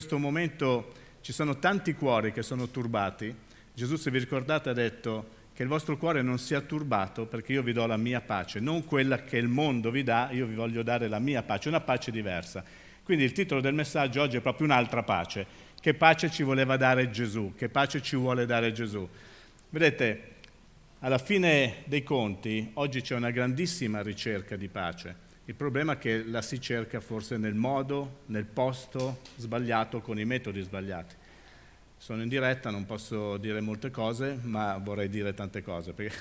In questo momento ci sono tanti cuori che sono turbati. Gesù, se vi ricordate, ha detto che il vostro cuore non sia turbato perché io vi do la mia pace, non quella che il mondo vi dà, io vi voglio dare la mia pace, una pace diversa. Quindi il titolo del messaggio oggi è proprio un'altra pace. Che pace ci voleva dare Gesù? Che pace ci vuole dare Gesù? Vedete, alla fine dei conti, oggi c'è una grandissima ricerca di pace. Il problema è che la si cerca forse nel modo, nel posto sbagliato, con i metodi sbagliati. Sono in diretta, non posso dire molte cose, ma vorrei dire tante cose, perché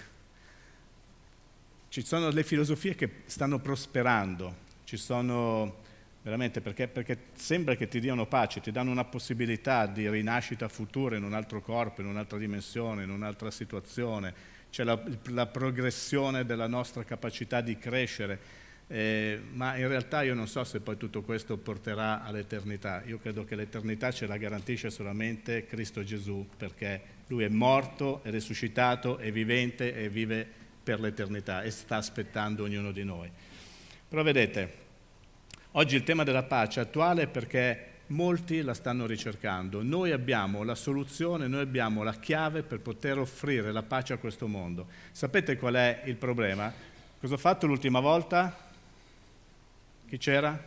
ci sono le filosofie che stanno prosperando, ci sono veramente perché sembra che ti diano pace, ti danno una possibilità di rinascita futura in un altro corpo, in un'altra dimensione, in un'altra situazione, c'è la progressione della nostra capacità di crescere. Ma in realtà io non so se poi tutto questo porterà all'eternità. Io credo che l'eternità ce la garantisce solamente Cristo Gesù, perché Lui è morto, è risuscitato, è vivente e vive per l'eternità e sta aspettando ognuno di noi. Però vedete, oggi il tema della pace è attuale perché molti la stanno ricercando. Noi abbiamo la soluzione, noi abbiamo la chiave per poter offrire la pace a questo mondo. Sapete qual è il problema? Cosa ho fatto l'ultima volta? Chi c'era?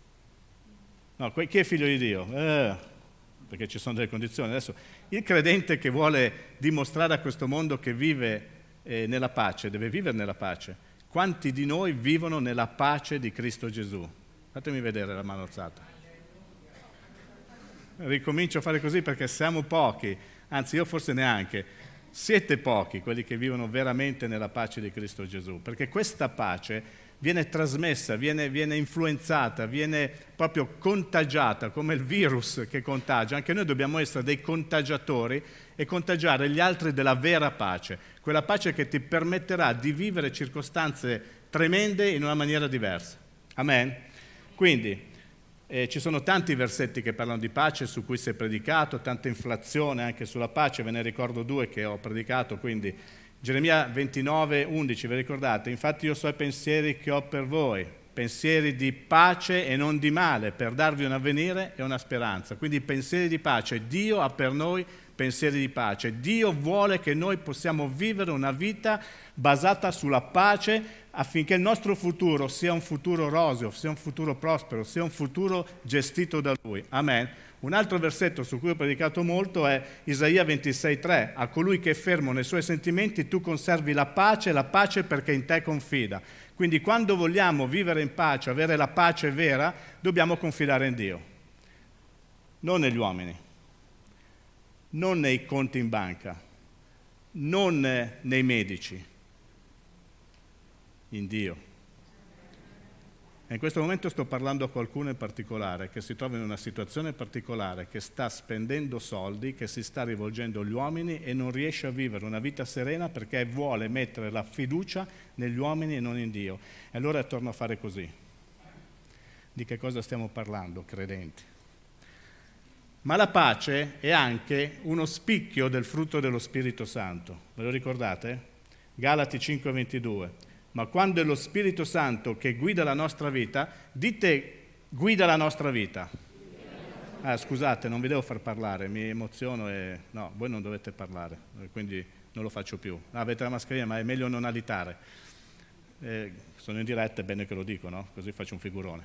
No, chi è figlio di Dio? Perché ci sono delle condizioni. Adesso, il credente che vuole dimostrare a questo mondo che vive nella pace, deve vivere nella pace. Quanti di noi vivono nella pace di Cristo Gesù? Fatemi vedere la mano alzata. Ricomincio a fare così perché siamo pochi, anzi io forse neanche. Siete pochi quelli che vivono veramente nella pace di Cristo Gesù, perché questa pace viene trasmessa, viene influenzata, viene proprio contagiata come il virus che contagia. Anche noi dobbiamo essere dei contagiatori e contagiare gli altri della vera pace, quella pace che ti permetterà di vivere circostanze tremende in una maniera diversa. Amen? Quindi ci sono tanti versetti che parlano di pace su cui si è predicato, tanta inflazione anche sulla pace, ve ne ricordo due che ho predicato, quindi Geremia 29, 11, vi ricordate? Infatti io so i pensieri che ho per voi, pensieri di pace e non di male, per darvi un avvenire e una speranza. Quindi pensieri di pace, Dio ha per noi pensieri di pace. Dio vuole che noi possiamo vivere una vita basata sulla pace affinché il nostro futuro sia un futuro roseo, sia un futuro prospero, sia un futuro gestito da Lui. Amen. Un altro versetto su cui ho predicato molto è Isaia 26,3. A colui che è fermo nei suoi sentimenti tu conservi la pace perché in te confida. Quindi quando vogliamo vivere in pace, avere la pace vera, dobbiamo confidare in Dio, non negli uomini, non nei conti in banca, non nei medici, in Dio. E in questo momento sto parlando a qualcuno in particolare che si trova in una situazione particolare, che sta spendendo soldi, che si sta rivolgendo agli uomini e non riesce a vivere una vita serena perché vuole mettere la fiducia negli uomini e non in Dio. E allora torno a fare così. Di che cosa stiamo parlando, credenti? Ma la pace è anche uno spicchio del frutto dello Spirito Santo. Ve lo ricordate? Galati 5,22. Ma quando è lo Spirito Santo che guida la nostra vita, dite guida la nostra vita. Scusate, non vi devo far parlare, mi emoziono e no, voi non dovete parlare, quindi non lo faccio più. Avete la mascherina, ma è meglio non alitare. Sono in diretta, è bene che lo dico, no? Così faccio un figurone.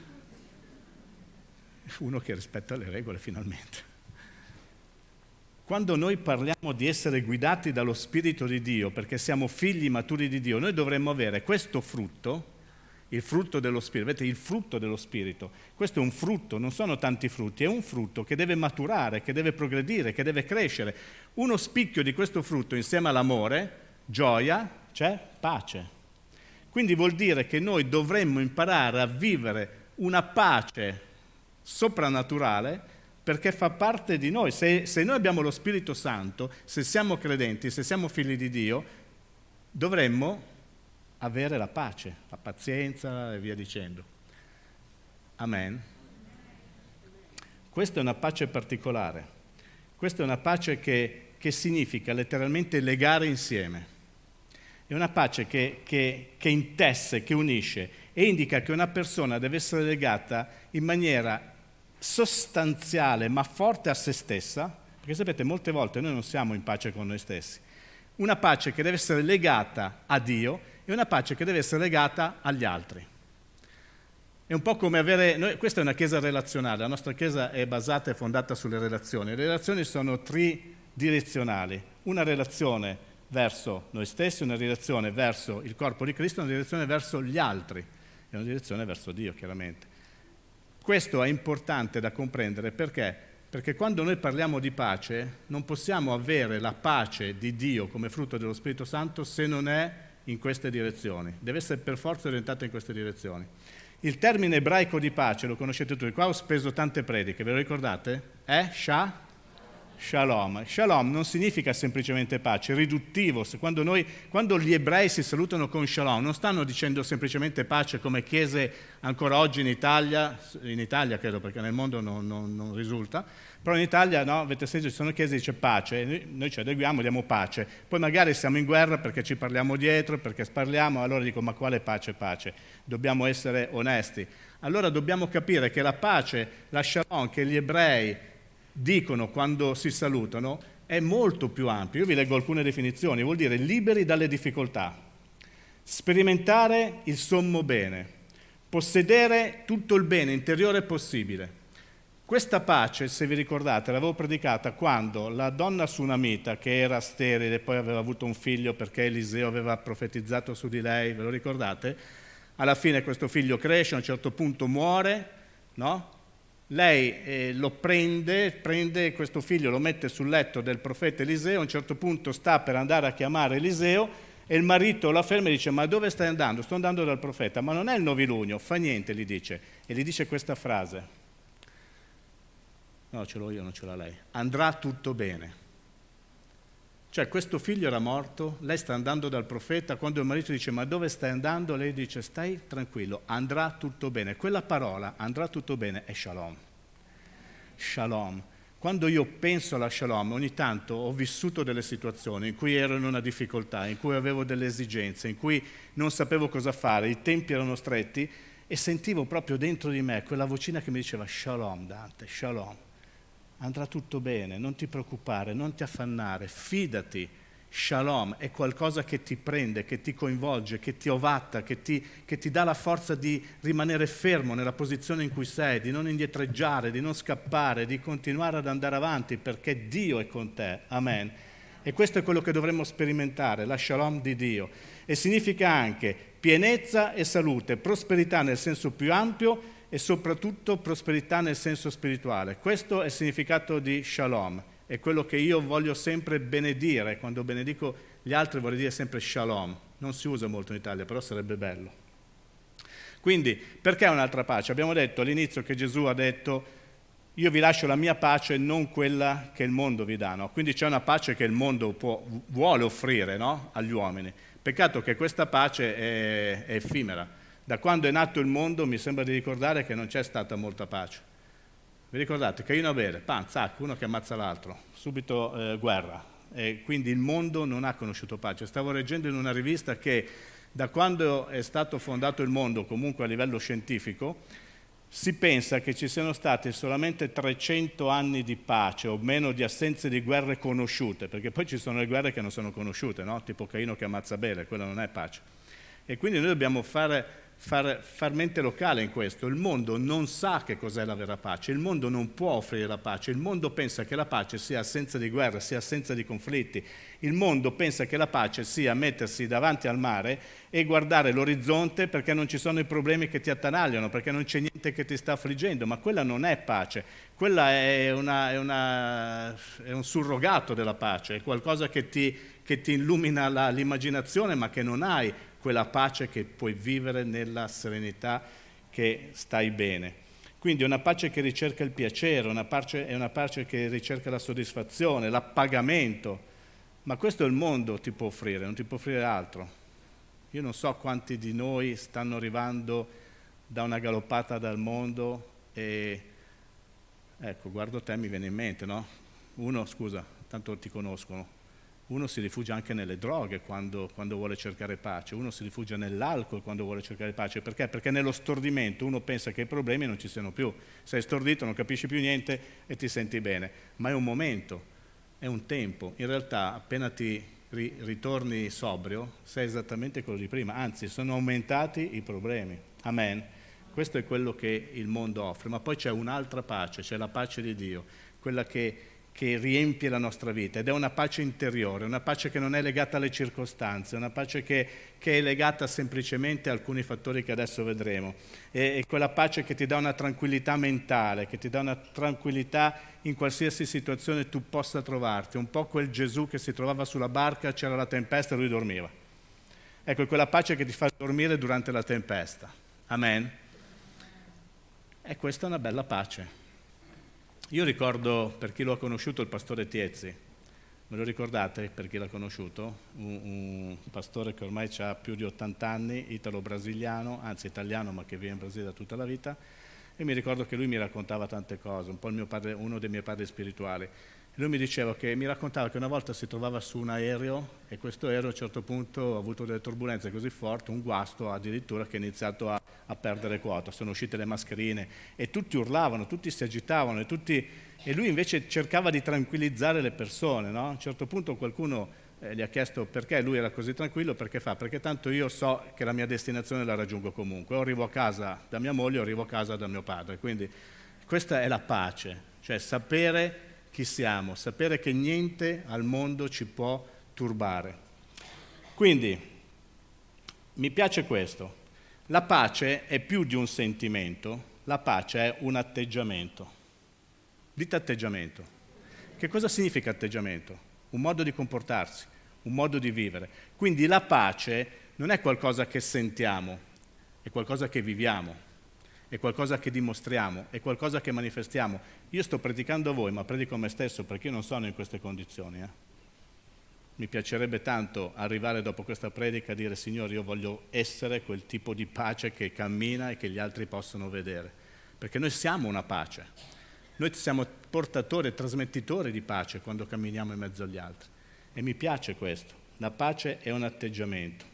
Uno che rispetta le regole finalmente. Quando noi parliamo di essere guidati dallo Spirito di Dio, perché siamo figli maturi di Dio, noi dovremmo avere questo frutto, il frutto dello Spirito. Vedete, il frutto dello Spirito. Questo è un frutto, non sono tanti frutti, è un frutto che deve maturare, che deve progredire, che deve crescere. Uno spicchio di questo frutto, insieme all'amore, gioia, c'è pace. Quindi vuol dire che noi dovremmo imparare a vivere una pace soprannaturale perché fa parte di noi. Se noi abbiamo lo Spirito Santo, se siamo credenti, se siamo figli di Dio, dovremmo avere la pace, la pazienza e via dicendo. Amen. Questa è una pace particolare. Questa è una pace che significa letteralmente legare insieme. È una pace che intesse, che unisce e indica che una persona deve essere legata in maniera sostanziale ma forte a se stessa, perché sapete, molte volte noi non siamo in pace con noi stessi. Una pace che deve essere legata a Dio e una pace che deve essere legata agli altri. È un po' come questa è una chiesa relazionale, la nostra chiesa è basata e fondata sulle relazioni. Le relazioni sono tridirezionali, una relazione verso noi stessi, una relazione verso il corpo di Cristo, una relazione verso gli altri e una direzione verso Dio, chiaramente. Questo è importante da comprendere perché? Perché quando noi parliamo di pace non possiamo avere la pace di Dio come frutto dello Spirito Santo se non è in queste direzioni. Deve essere per forza orientato in queste direzioni. Il termine ebraico di pace lo conoscete tutti, qua ho speso tante prediche, ve lo ricordate? È Shalom. Shalom non significa semplicemente pace, è riduttivo. Quando gli ebrei si salutano con Shalom, non stanno dicendo semplicemente pace come chiese ancora oggi in Italia credo perché nel mondo non risulta, però in Italia no, avete sentito, ci sono chiese che dice pace, noi ci adeguiamo, diamo pace, poi magari siamo in guerra perché ci parliamo dietro, perché sparliamo, allora dico ma quale pace? Dobbiamo essere onesti. Allora dobbiamo capire che la pace, la Shalom che gli ebrei dicono quando si salutano è molto più ampio. Io vi leggo alcune definizioni, vuol dire liberi dalle difficoltà, sperimentare il sommo bene, possedere tutto il bene interiore possibile. Questa pace, se vi ricordate, l'avevo predicata quando la donna sunamita, che era sterile e poi aveva avuto un figlio perché Eliseo aveva profetizzato su di lei, ve lo ricordate? Alla fine questo figlio cresce, a un certo punto muore, no? Lei lo prende questo figlio, lo mette sul letto del profeta Eliseo, a un certo punto sta per andare a chiamare Eliseo e il marito la ferma e dice ma dove stai andando? Sto andando dal profeta, ma non è il novilunio, fa niente, gli dice, e gli dice questa frase, no ce l'ho io, non ce l'ha lei, andrà tutto bene. Cioè questo figlio era morto, lei sta andando dal profeta, quando il marito dice ma dove stai andando? Lei dice stai tranquillo, andrà tutto bene. Quella parola, andrà tutto bene, è Shalom. Shalom. Quando io penso alla Shalom, ogni tanto ho vissuto delle situazioni in cui ero in una difficoltà, in cui avevo delle esigenze, in cui non sapevo cosa fare, i tempi erano stretti e sentivo proprio dentro di me quella vocina che mi diceva Shalom Dante, Shalom. Andrà tutto bene, non ti preoccupare, non ti affannare, fidati. Shalom è qualcosa che ti prende, che ti coinvolge, che ti ovatta, che ti dà la forza di rimanere fermo nella posizione in cui sei, di non indietreggiare, di non scappare, di continuare ad andare avanti perché Dio è con te. Amen. E questo è quello che dovremmo sperimentare, la Shalom di Dio. E significa anche pienezza e salute, prosperità nel senso più ampio e soprattutto prosperità nel senso spirituale. Questo è il significato di Shalom, è quello che io voglio sempre benedire. Quando benedico gli altri vorrei dire sempre Shalom. Non si usa molto in Italia, però sarebbe bello. Quindi, perché un'altra pace? Abbiamo detto all'inizio che Gesù ha detto io vi lascio la mia pace, non quella che il mondo vi dà. No? Quindi c'è una pace che il mondo vuole offrire, no? Agli uomini. Peccato che questa pace è effimera. Da quando è nato il mondo mi sembra di ricordare che non c'è stata molta pace. Vi ricordate? Caino e Abele, zac, uno che ammazza l'altro, subito guerra. E quindi il mondo non ha conosciuto pace. Stavo leggendo in una rivista che da quando è stato fondato il mondo, comunque a livello scientifico, si pensa che ci siano stati solamente 300 anni di pace o meno di assenze di guerre conosciute, perché poi ci sono le guerre che non sono conosciute, no? Tipo Caino che ammazza Abele, quella non è pace. E quindi noi dobbiamo far mente locale in questo. Il mondo non sa che cos'è la vera pace, il mondo non può offrire la pace, il mondo pensa che la pace sia assenza di guerra, sia assenza di conflitti, il mondo pensa che la pace sia mettersi davanti al mare e guardare l'orizzonte perché non ci sono i problemi che ti attanagliano, perché non c'è niente che ti sta affliggendo, ma quella non è pace, quella è un surrogato della pace, è qualcosa che ti illumina l'immaginazione ma che non hai quella pace che puoi vivere nella serenità che stai bene. Quindi è una pace che ricerca il piacere, è una pace che ricerca la soddisfazione, l'appagamento, ma questo il mondo ti può offrire, non ti può offrire altro. Io non so quanti di noi stanno arrivando da una galoppata dal mondo e, ecco, guardo te mi viene in mente, no? Uno, scusa, tanto ti conoscono, Uno si rifugia anche nelle droghe quando vuole cercare pace, uno si rifugia nell'alcol quando vuole cercare pace. Perché? Perché nello stordimento uno pensa che i problemi non ci siano più. Sei stordito, non capisci più niente e ti senti bene. Ma è un momento, è un tempo. In realtà appena ti ritorni sobrio sei esattamente quello di prima. Anzi, sono aumentati i problemi. Amen. Questo è quello che il mondo offre. Ma poi c'è un'altra pace, c'è la pace di Dio, quella che riempie la nostra vita, ed è una pace interiore, una pace che non è legata alle circostanze, una pace che è legata semplicemente a alcuni fattori che adesso vedremo. È quella pace che ti dà una tranquillità mentale, che ti dà una tranquillità in qualsiasi situazione tu possa trovarti, un po' quel Gesù che si trovava sulla barca, c'era la tempesta e lui dormiva. Ecco, è quella pace che ti fa dormire durante la tempesta. Amen? E questa è una bella pace. Io ricordo, per chi lo ha conosciuto, il pastore Tiezzi. Me lo ricordate, per chi l'ha conosciuto? Un pastore che ormai ha più di 80 anni, italo-brasiliano, anzi italiano, ma che vive in Brasile da tutta la vita. E mi ricordo che lui mi raccontava tante cose, un po' il mio padre, uno dei miei padri spirituali. Lui mi raccontava che una volta si trovava su un aereo e questo aereo a un certo punto ha avuto delle turbulenze così forti, un guasto addirittura, che ha iniziato a perdere quota. Sono uscite le mascherine e tutti urlavano, tutti si agitavano e lui invece cercava di tranquillizzare le persone, no? A un certo punto qualcuno gli ha chiesto perché lui era così tranquillo, perché tanto io so che la mia destinazione la raggiungo comunque, o arrivo a casa da mia moglie o arrivo a casa da mio padre. Quindi questa è la pace, cioè sapere chi siamo, sapere che niente al mondo ci può turbare. Quindi mi piace questo. La pace è più di un sentimento, la pace è un atteggiamento. Dite atteggiamento. Che cosa significa atteggiamento? Un modo di comportarsi, un modo di vivere. Quindi la pace non è qualcosa che sentiamo, è qualcosa che viviamo, è qualcosa che dimostriamo, è qualcosa che manifestiamo. Io sto predicando a voi, ma predico a me stesso perché io non sono in queste condizioni. Mi piacerebbe tanto arrivare dopo questa predica a dire: Signore, io voglio essere quel tipo di pace che cammina e che gli altri possono vedere. Perché noi siamo una pace. Noi siamo portatori e trasmettitori di pace quando camminiamo in mezzo agli altri. E mi piace questo. La pace è un atteggiamento.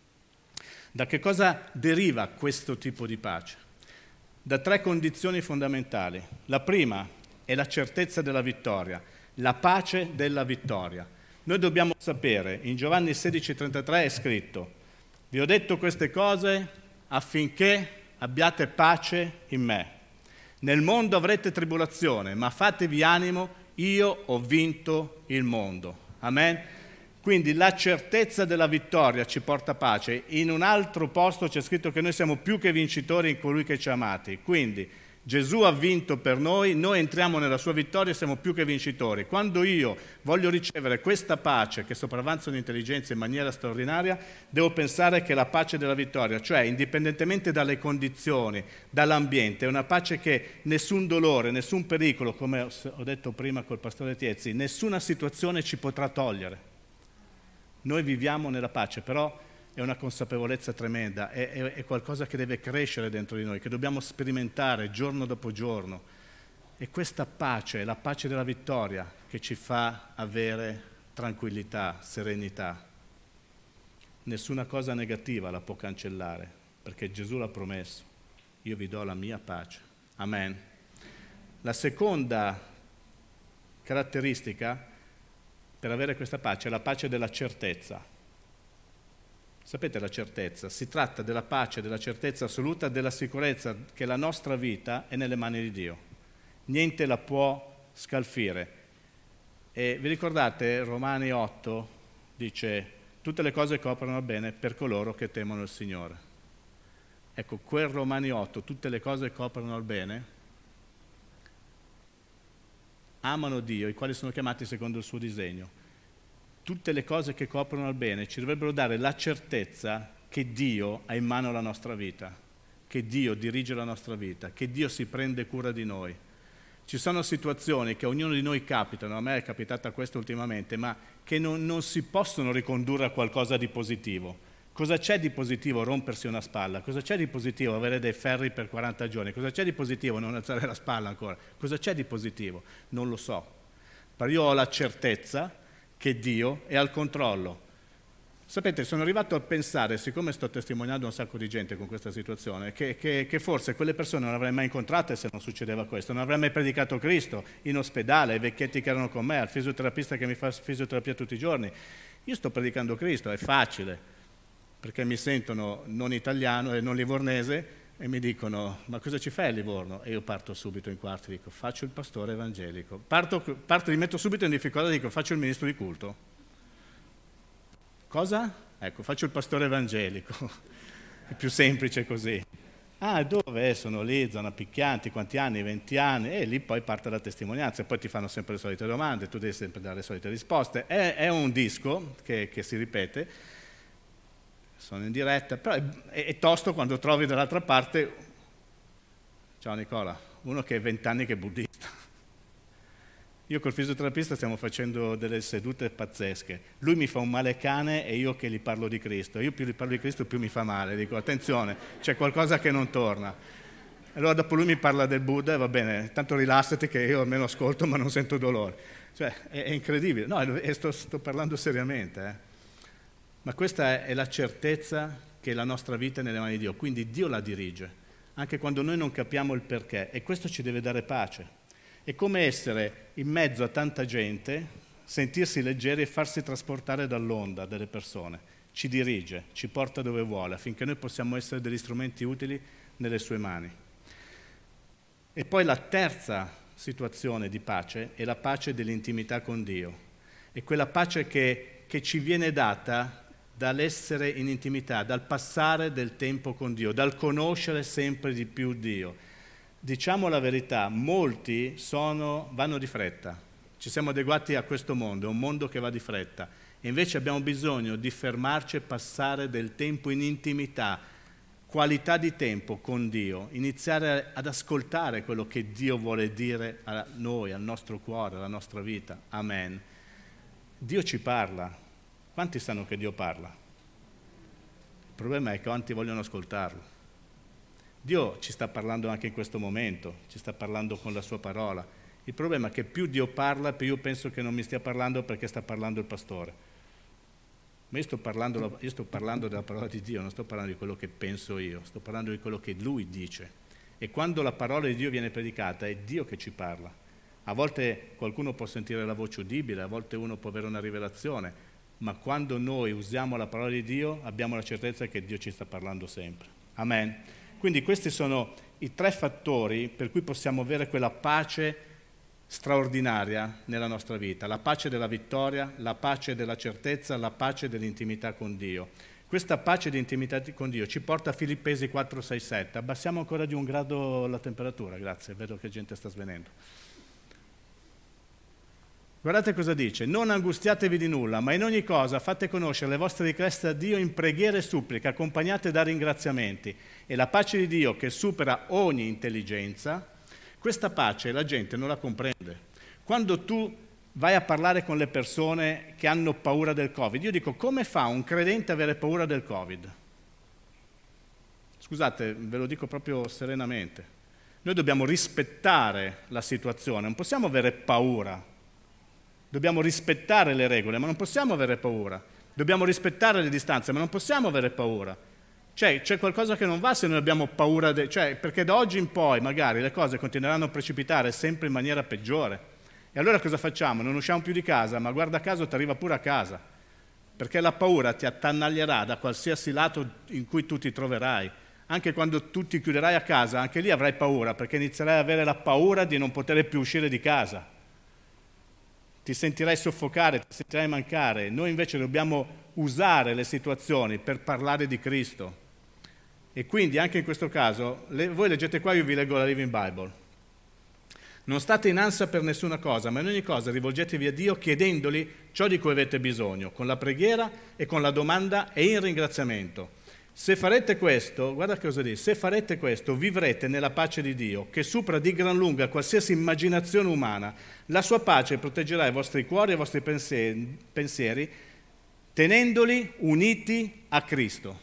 Da che cosa deriva questo tipo di pace? Da 3 condizioni fondamentali. La prima è la certezza della vittoria, la pace della vittoria. Noi dobbiamo sapere, in Giovanni 16,33 è scritto: vi ho detto queste cose affinché abbiate pace in me. Nel mondo avrete tribolazione, ma fatevi animo, io ho vinto il mondo. Amen? Quindi la certezza della vittoria ci porta pace. In un altro posto c'è scritto che noi siamo più che vincitori in colui che ci ha amati. Quindi Gesù ha vinto per noi entriamo nella sua vittoria e siamo più che vincitori. Quando io voglio ricevere questa pace che sopravanza l'intelligenza in maniera straordinaria, devo pensare che la pace della vittoria, cioè indipendentemente dalle condizioni, dall'ambiente, è una pace che nessun dolore, nessun pericolo, come ho detto prima col pastore Tiezzi, nessuna situazione ci potrà togliere. Noi viviamo nella pace, però è una consapevolezza tremenda, è qualcosa che deve crescere dentro di noi, che dobbiamo sperimentare giorno dopo giorno. E questa pace è la pace della vittoria che ci fa avere tranquillità, serenità. Nessuna cosa negativa la può cancellare, perché Gesù l'ha promesso. Io vi do la mia pace. Amen. La seconda caratteristica per avere questa pace è la pace della certezza. Sapete la certezza? Si tratta della pace, della certezza assoluta, della sicurezza che la nostra vita è nelle mani di Dio. Niente la può scalfire. E vi ricordate, Romani 8 dice: tutte le cose coprono al bene per coloro che temono il Signore. Ecco, quel Romani 8, tutte le cose coprono al bene, amano Dio, i quali sono chiamati secondo il suo disegno. Tutte le cose che coprono al bene ci dovrebbero dare la certezza che Dio ha in mano la nostra vita, che Dio dirige la nostra vita, che Dio si prende cura di noi. Ci sono situazioni che a ognuno di noi capitano, a me è capitata questo ultimamente, ma che non si possono ricondurre a qualcosa di positivo. Cosa c'è di positivo rompersi una spalla? Cosa c'è di positivo avere dei ferri per 40 giorni? Cosa c'è di positivo non alzare la spalla ancora? Cosa c'è di positivo? Non lo so. Ma io ho la certezza che Dio è al controllo. Sapete, sono arrivato a pensare, siccome sto testimoniando un sacco di gente con questa situazione, che forse quelle persone non avrei mai incontrate se non succedeva questo, non avrei mai predicato Cristo in ospedale, ai vecchietti che erano con me, al fisioterapista che mi fa fisioterapia tutti i giorni. Io sto predicando Cristo, è facile, perché mi sentono non italiano e non livornese e mi dicono: ma cosa ci fai a Livorno? E io parto subito in quarto e dico: faccio il pastore evangelico. Li metto subito in difficoltà e dico: faccio il ministro di culto. Cosa? Ecco, faccio il pastore evangelico, è più semplice così. Ah, dove? Sono lì, zona Picchianti, quanti anni? 20 anni, e lì poi parte la testimonianza, e poi ti fanno sempre le solite domande, tu devi sempre dare le solite risposte. È un disco che si ripete, sono in diretta, però è tosto quando trovi dall'altra parte, ciao Nicola, uno che è 20 anni che è buddista. Io col fisioterapista stiamo facendo delle sedute pazzesche. Lui mi fa un male cane e io che gli parlo di Cristo. Io più gli parlo di Cristo più mi fa male. Dico: attenzione, c'è qualcosa che non torna. Allora dopo lui mi parla del Buddha e va bene, tanto rilassati che io almeno ascolto ma non sento dolore. Cioè, è incredibile. No, sto parlando seriamente. Ma questa è la certezza che la nostra vita è nelle mani di Dio. Quindi Dio la dirige, anche quando noi non capiamo il perché. E questo ci deve dare pace. È come essere in mezzo a tanta gente, sentirsi leggeri e farsi trasportare dall'onda delle persone. Ci dirige, ci porta dove vuole, affinché noi possiamo essere degli strumenti utili nelle sue mani. E poi la terza situazione di pace è la pace dell'intimità con Dio. È quella pace che ci viene data dall'essere in intimità, dal passare del tempo con Dio, dal conoscere sempre di più Dio. Diciamo la verità, molti vanno di fretta, ci siamo adeguati a questo mondo, è un mondo che va di fretta, e invece abbiamo bisogno di fermarci e passare del tempo in intimità, qualità di tempo con Dio, iniziare ad ascoltare quello che Dio vuole dire a noi, al nostro cuore, alla nostra vita. Amen. Dio ci parla. Quanti sanno che Dio parla? Il problema è che quanti vogliono ascoltarlo. Dio ci sta parlando anche in questo momento, ci sta parlando con la sua parola. Il problema è che più Dio parla, più io penso che non mi stia parlando perché sta parlando il pastore. Ma io sto parlando della parola di Dio, non sto parlando di quello che penso io, sto parlando di quello che Lui dice. E quando la parola di Dio viene predicata è Dio che ci parla. A volte qualcuno può sentire la voce udibile, a volte uno può avere una rivelazione, ma quando noi usiamo la parola di Dio abbiamo la certezza che Dio ci sta parlando sempre. Amen. Quindi questi sono i 3 fattori per cui possiamo avere quella pace straordinaria nella nostra vita, la pace della vittoria, la pace della certezza, la pace dell'intimità con Dio. Questa pace di intimità con Dio ci porta a Filippesi 4, 6, 7. Abbassiamo ancora di 1 grado la temperatura, grazie, vedo che gente sta svenendo. Guardate cosa dice: non angustiatevi di nulla, ma in ogni cosa fate conoscere le vostre richieste a Dio in preghiera e supplica, accompagnate da ringraziamenti. E la pace di Dio, che supera ogni intelligenza, questa pace la gente non la comprende. Quando tu vai a parlare con le persone che hanno paura del Covid, io dico: come fa un credente ad avere paura del Covid? Scusate, ve lo dico proprio serenamente. Noi dobbiamo rispettare la situazione, non possiamo avere paura. Dobbiamo rispettare le regole, ma non possiamo avere paura. Dobbiamo rispettare le distanze, ma non possiamo avere paura. Cioè, c'è qualcosa che non va se noi abbiamo paura, perché da oggi in poi magari le cose continueranno a precipitare sempre in maniera peggiore. E allora cosa facciamo? Non usciamo più di casa, ma guarda caso ti arriva pure a casa, perché la paura ti attanaglierà da qualsiasi lato in cui tu ti troverai. Anche quando tu ti chiuderai a casa, anche lì avrai paura, perché inizierai ad avere la paura di non poter più uscire di casa. Ti sentirai soffocare, ti sentirai mancare. Noi invece dobbiamo usare le situazioni per parlare di Cristo. E quindi anche in questo caso, voi leggete qua, io vi leggo la Living Bible. Non state in ansia per nessuna cosa, ma in ogni cosa rivolgetevi a Dio chiedendogli ciò di cui avete bisogno, con la preghiera e con la domanda e in ringraziamento. Se farete questo, guarda cosa dice, se farete questo vivrete nella pace di Dio, che supera di gran lunga qualsiasi immaginazione umana. La sua pace proteggerà i vostri cuori e i vostri pensieri, tenendoli uniti a Cristo.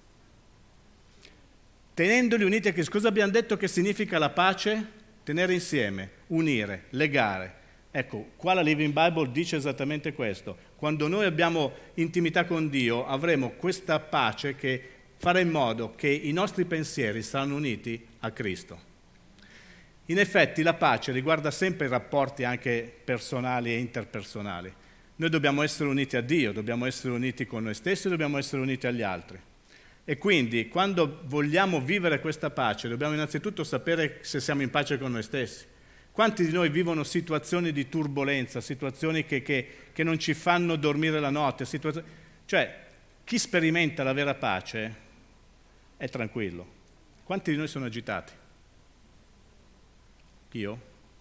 Tenendoli uniti a Cristo. Cosa abbiamo detto che significa la pace? Tenere insieme, unire, legare. Ecco, qua la Living Bible dice esattamente questo. Quando noi abbiamo intimità con Dio, avremo questa pace che farà in modo che i nostri pensieri saranno uniti a Cristo. In effetti la pace riguarda sempre i rapporti anche personali e interpersonali. Noi dobbiamo essere uniti a Dio, dobbiamo essere uniti con noi stessi, dobbiamo essere uniti agli altri. E quindi quando vogliamo vivere questa pace dobbiamo innanzitutto sapere se siamo in pace con noi stessi. Quanti di noi vivono situazioni di turbolenza, situazioni che non ci fanno dormire la notte? Cioè, chi sperimenta la vera pace è tranquillo. Quanti di noi sono agitati? Io?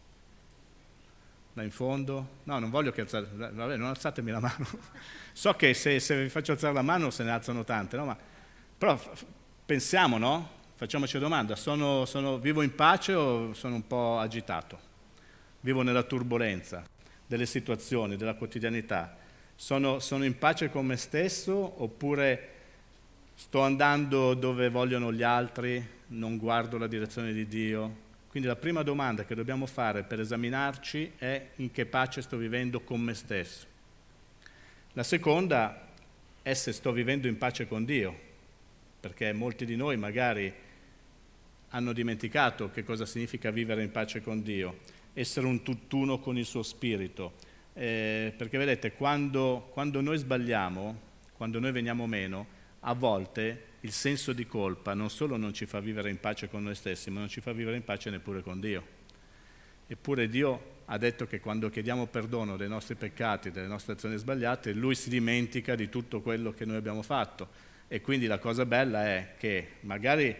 Là in fondo? No, non voglio che alzate, vabbè, non alzatemi la mano. So che se vi faccio alzare la mano se ne alzano tante, no? Però pensiamo, no? Facciamoci una domanda, vivo in pace o sono un po' agitato? Vivo nella turbolenza delle situazioni, della quotidianità. Sono in pace con me stesso oppure sto andando dove vogliono gli altri, non guardo la direzione di Dio? Quindi la prima domanda che dobbiamo fare per esaminarci è in che pace sto vivendo con me stesso. La seconda è se sto vivendo in pace con Dio, perché molti di noi magari hanno dimenticato che cosa significa vivere in pace con Dio, essere un tutt'uno con il suo spirito. Perché vedete, quando noi sbagliamo, quando noi veniamo meno, a volte il senso di colpa non solo non ci fa vivere in pace con noi stessi, ma non ci fa vivere in pace neppure con Dio. Eppure Dio ha detto che quando chiediamo perdono dei nostri peccati, delle nostre azioni sbagliate, Lui si dimentica di tutto quello che noi abbiamo fatto. E quindi la cosa bella è che magari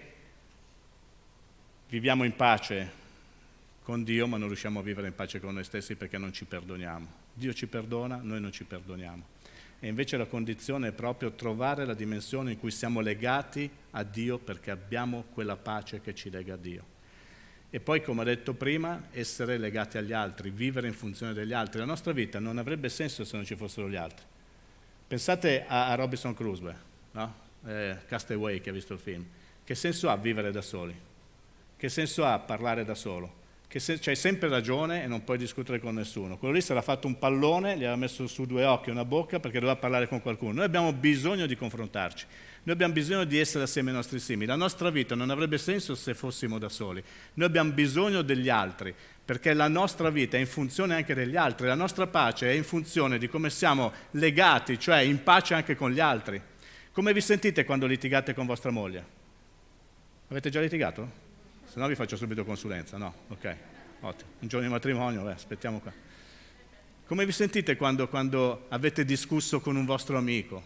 viviamo in pace con Dio, ma non riusciamo a vivere in pace con noi stessi perché non ci perdoniamo. Dio ci perdona, noi non ci perdoniamo. E invece la condizione è proprio trovare la dimensione in cui siamo legati a Dio perché abbiamo quella pace che ci lega a Dio. E poi, come ho detto prima, essere legati agli altri, vivere in funzione degli altri. La nostra vita non avrebbe senso se non ci fossero gli altri. Pensate a Robinson Crusoe, no? Castaway, che ha visto il film. Che senso ha vivere da soli? Che senso ha parlare da solo? C'hai sempre ragione e non puoi discutere con nessuno. Quello lì si era fatto un pallone, gli aveva messo su 2 occhi e una bocca perché doveva parlare con qualcuno. Noi abbiamo bisogno di confrontarci, noi abbiamo bisogno di essere assieme ai nostri simili. La nostra vita non avrebbe senso se fossimo da soli. Noi abbiamo bisogno degli altri, perché la nostra vita è in funzione anche degli altri. La nostra pace è in funzione di come siamo legati, cioè in pace anche con gli altri. Come vi sentite quando litigate con vostra moglie? Avete già litigato? Se no vi faccio subito consulenza, no? Ok, ottimo. Un giorno di matrimonio, aspettiamo qua. Come vi sentite quando avete discusso con un vostro amico?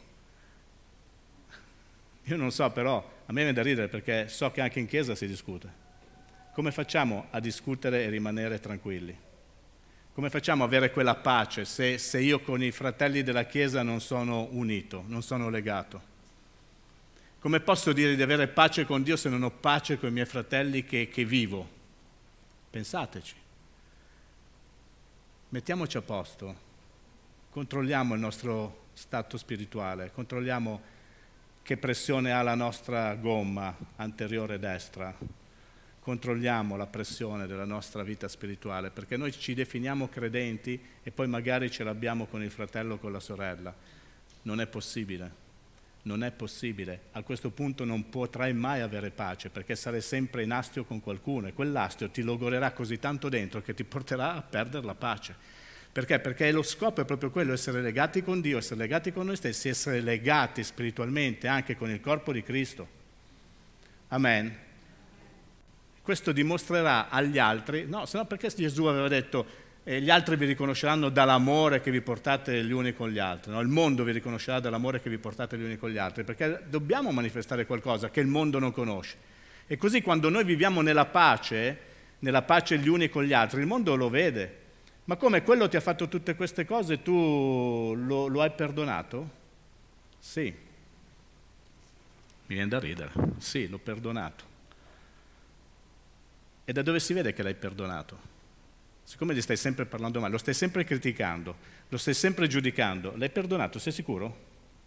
Io non so, però a me viene da ridere perché so che anche in chiesa si discute. Come facciamo a discutere e rimanere tranquilli? Come facciamo ad avere quella pace se io con i fratelli della chiesa non sono unito, non sono legato? Come posso dire di avere pace con Dio se non ho pace con i miei fratelli che vivo? Pensateci. Mettiamoci a posto. Controlliamo il nostro stato spirituale, controlliamo che pressione ha la nostra gomma anteriore destra, controlliamo la pressione della nostra vita spirituale, perché noi ci definiamo credenti e poi magari ce l'abbiamo con il fratello o con la sorella. Non è possibile. Non è possibile, a questo punto non potrai mai avere pace perché sarai sempre in astio con qualcuno e quell'astio ti logorerà così tanto dentro che ti porterà a perdere la pace. Perché? Perché lo scopo è proprio quello, essere legati con Dio, essere legati con noi stessi, essere legati spiritualmente anche con il corpo di Cristo. Amen. Questo dimostrerà agli altri, no, se no perché Gesù aveva detto gli altri vi riconosceranno dall'amore che vi portate gli uni con gli altri, no? Il mondo vi riconoscerà dall'amore che vi portate gli uni con gli altri, perché dobbiamo manifestare qualcosa che il mondo non conosce. E così quando noi viviamo nella pace gli uni con gli altri, il mondo lo vede. Ma come quello ti ha fatto tutte queste cose, tu lo hai perdonato? Sì. Mi viene da ridere. Sì, l'ho perdonato. E da dove si vede che l'hai perdonato? Siccome gli stai sempre parlando male, lo stai sempre criticando, lo stai sempre giudicando, l'hai perdonato, sei sicuro?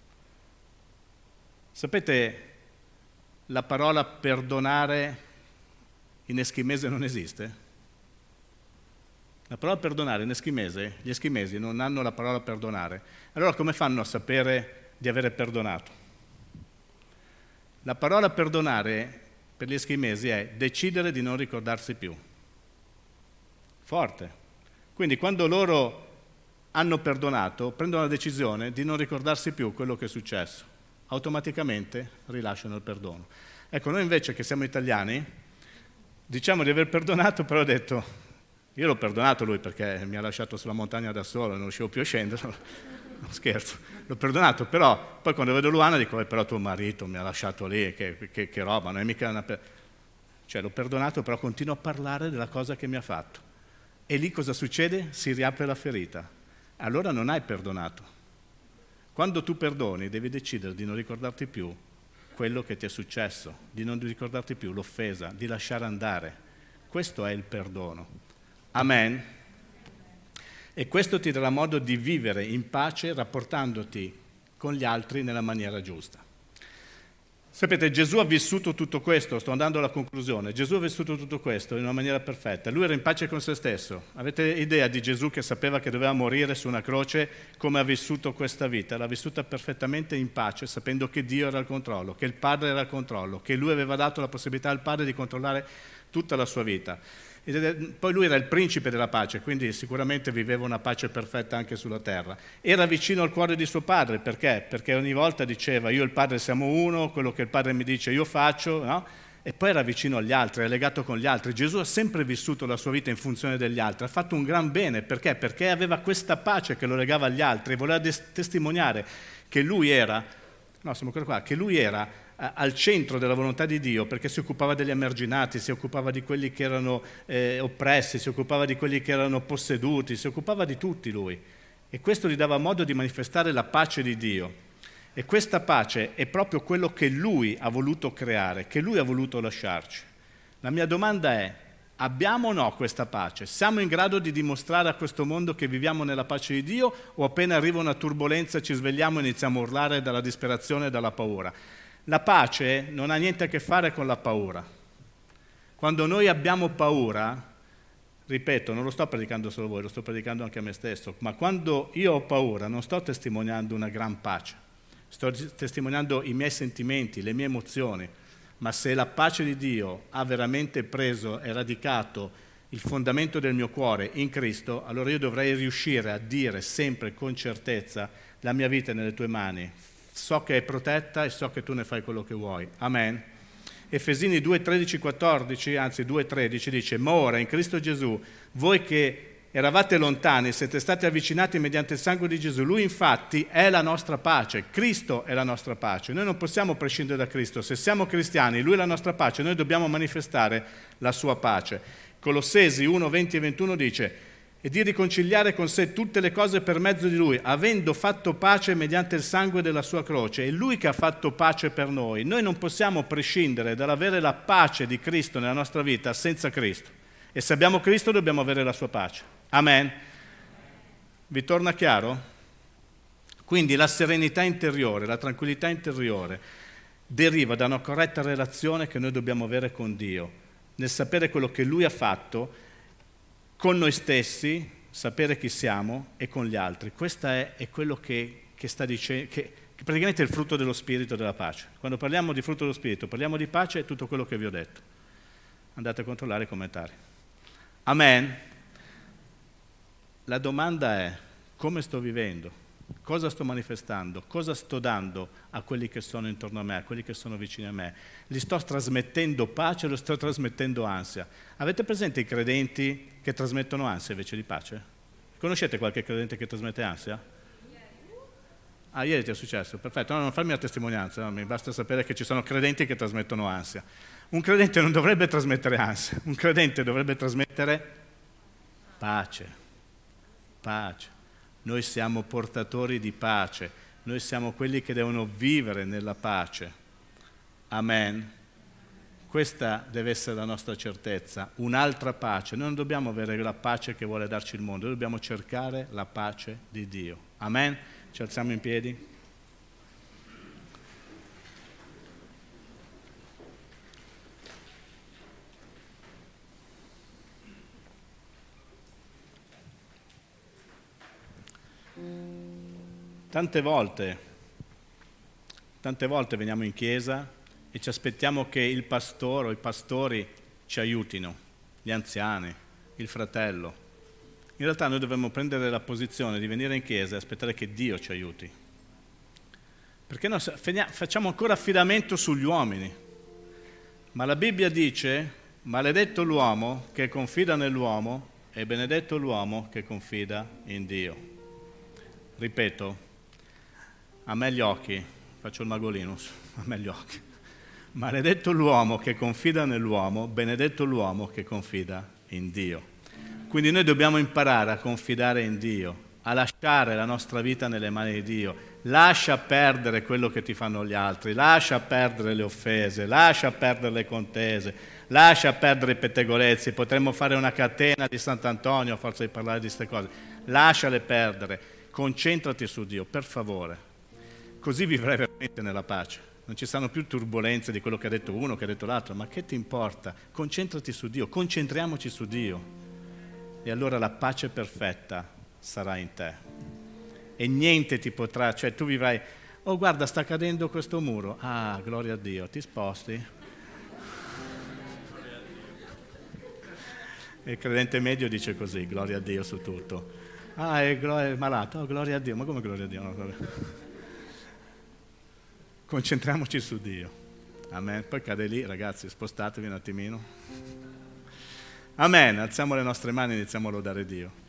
Sapete, la parola perdonare in eschimese non esiste? La parola perdonare in eschimese, gli eschimesi non hanno la parola perdonare. Allora come fanno a sapere di avere perdonato? La parola perdonare per gli eschimesi è decidere di non ricordarsi più. Forte. Quindi quando loro hanno perdonato, prendono la decisione di non ricordarsi più quello che è successo. Automaticamente rilasciano il perdono. Ecco, noi invece che siamo italiani, diciamo di aver perdonato, però ho detto, io l'ho perdonato lui perché mi ha lasciato sulla montagna da solo, non riuscivo più a scendere, no, scherzo, l'ho perdonato, però poi quando vedo Luana dico, però tuo marito mi ha lasciato lì, che roba, non è mica una... Cioè l'ho perdonato, però continuo a parlare della cosa che mi ha fatto. E lì cosa succede? Si riapre la ferita. Allora non hai perdonato. Quando tu perdoni devi decidere di non ricordarti più quello che ti è successo, di non ricordarti più l'offesa, di lasciare andare. Questo è il perdono. Amen. E questo ti darà modo di vivere in pace rapportandoti con gli altri nella maniera giusta. Sapete, Gesù ha vissuto tutto questo, sto andando alla conclusione, Gesù ha vissuto tutto questo in una maniera perfetta, lui era in pace con se stesso. Avete idea di Gesù che sapeva che doveva morire su una croce, come ha vissuto questa vita? L'ha vissuta perfettamente in pace, sapendo che Dio era al controllo, che il Padre era al controllo, che lui aveva dato la possibilità al Padre di controllare tutta la sua vita. Poi lui era il principe della pace, quindi sicuramente viveva una pace perfetta anche sulla terra. Era vicino al cuore di suo padre, perché? Perché ogni volta diceva io e il padre siamo uno, quello che il padre mi dice io faccio, no? E poi era vicino agli altri, era legato con gli altri. Gesù ha sempre vissuto la sua vita in funzione degli altri, ha fatto un gran bene, perché? Perché aveva questa pace che lo legava agli altri e voleva testimoniare che lui era, no, siamo ancora qua, che lui era al centro della volontà di Dio, perché si occupava degli emarginati, si occupava di quelli che erano oppressi, si occupava di quelli che erano posseduti, si occupava di tutti lui. E questo gli dava modo di manifestare la pace di Dio. E questa pace è proprio quello che lui ha voluto creare, che lui ha voluto lasciarci. La mia domanda è, abbiamo o no questa pace? Siamo in grado di dimostrare a questo mondo che viviamo nella pace di Dio o appena arriva una turbolenza ci svegliamo e iniziamo a urlare dalla disperazione e dalla paura? La pace non ha niente a che fare con la paura. Quando noi abbiamo paura, ripeto, non lo sto predicando solo a voi, lo sto predicando anche a me stesso, ma quando io ho paura non sto testimoniando una gran pace, sto testimoniando i miei sentimenti, le mie emozioni, ma se la pace di Dio ha veramente preso e radicato il fondamento del mio cuore in Cristo, allora io dovrei riuscire a dire sempre con certezza la mia vita è nelle tue mani. So che è protetta e so che tu ne fai quello che vuoi. Amen. Efesini 2, 13, 14, anzi 2, 13 dice ma ora in Cristo Gesù, voi che eravate lontani, siete stati avvicinati mediante il sangue di Gesù. Lui infatti è la nostra pace, Cristo è la nostra pace. Noi non possiamo prescindere da Cristo. Se siamo cristiani, Lui è la nostra pace, noi dobbiamo manifestare la sua pace. Colossesi 1, 20 e 21 dice e di riconciliare con sé tutte le cose per mezzo di Lui, avendo fatto pace mediante il sangue della sua croce. È Lui che ha fatto pace per noi. Noi non possiamo prescindere dall'avere la pace di Cristo nella nostra vita senza Cristo. E se abbiamo Cristo dobbiamo avere la sua pace. Amen. Vi torna chiaro? Quindi la serenità interiore, la tranquillità interiore deriva da una corretta relazione che noi dobbiamo avere con Dio, nel sapere quello che Lui ha fatto con noi stessi, sapere chi siamo e con gli altri. Questo è quello che sta dicendo, che praticamente è il frutto dello Spirito della pace. Quando parliamo di frutto dello Spirito, parliamo di pace e tutto quello che vi ho detto. Andate a controllare i commentari. Amen. La domanda è, come sto vivendo? Cosa sto manifestando? Cosa sto dando a quelli che sono intorno a me, a quelli che sono vicini a me? Li sto trasmettendo pace o li sto trasmettendo ansia? Avete presente i credenti che trasmettono ansia invece di pace? Conoscete qualche credente che trasmette ansia? Ah, ieri ti è successo? Perfetto, no, non farmi la testimonianza, no? Mi basta sapere che ci sono credenti che trasmettono ansia. Un credente non dovrebbe trasmettere ansia, un credente dovrebbe trasmettere pace, pace. Noi siamo portatori di pace, noi siamo quelli che devono vivere nella pace. Amen. Questa deve essere la nostra certezza, un'altra pace. Noi non dobbiamo avere la pace che vuole darci il mondo, noi dobbiamo cercare la pace di Dio. Amen. Ci alziamo in piedi. Tante volte veniamo in chiesa e ci aspettiamo che il pastore o i pastori ci aiutino, gli anziani, il fratello. In realtà noi dovremmo prendere la posizione di venire in chiesa e aspettare che Dio ci aiuti. Perché noi facciamo ancora affidamento sugli uomini. Ma la Bibbia dice, maledetto l'uomo che confida nell'uomo e benedetto l'uomo che confida in Dio. Ripeto, a me gli occhi, faccio il magolino, a me gli occhi. Maledetto l'uomo che confida nell'uomo, benedetto l'uomo che confida in Dio. Quindi noi dobbiamo imparare a confidare in Dio, a lasciare la nostra vita nelle mani di Dio. Lascia perdere quello che ti fanno gli altri, lascia perdere le offese, lascia perdere le contese, lascia perdere i pettegolezzi. Potremmo fare una catena di Sant'Antonio a forza di parlare di queste cose. Lasciale perdere, concentrati su Dio, per favore. Così vivrai veramente nella pace. Non ci saranno più turbolenze di quello che ha detto uno, che ha detto l'altro, ma che ti importa? Concentrati su Dio, concentriamoci su Dio. E allora la pace perfetta sarà in te. E niente ti potrà, cioè tu vivrai, oh guarda sta cadendo questo muro, ah gloria a Dio, ti sposti? E il credente medio dice così, gloria a Dio su tutto. Ah è malato, oh gloria a Dio, ma come gloria a Dio? No, vabbè. Concentriamoci su Dio, amen, poi cade lì ragazzi, spostatevi un attimino. Amen, alziamo le nostre mani e iniziamo a lodare Dio.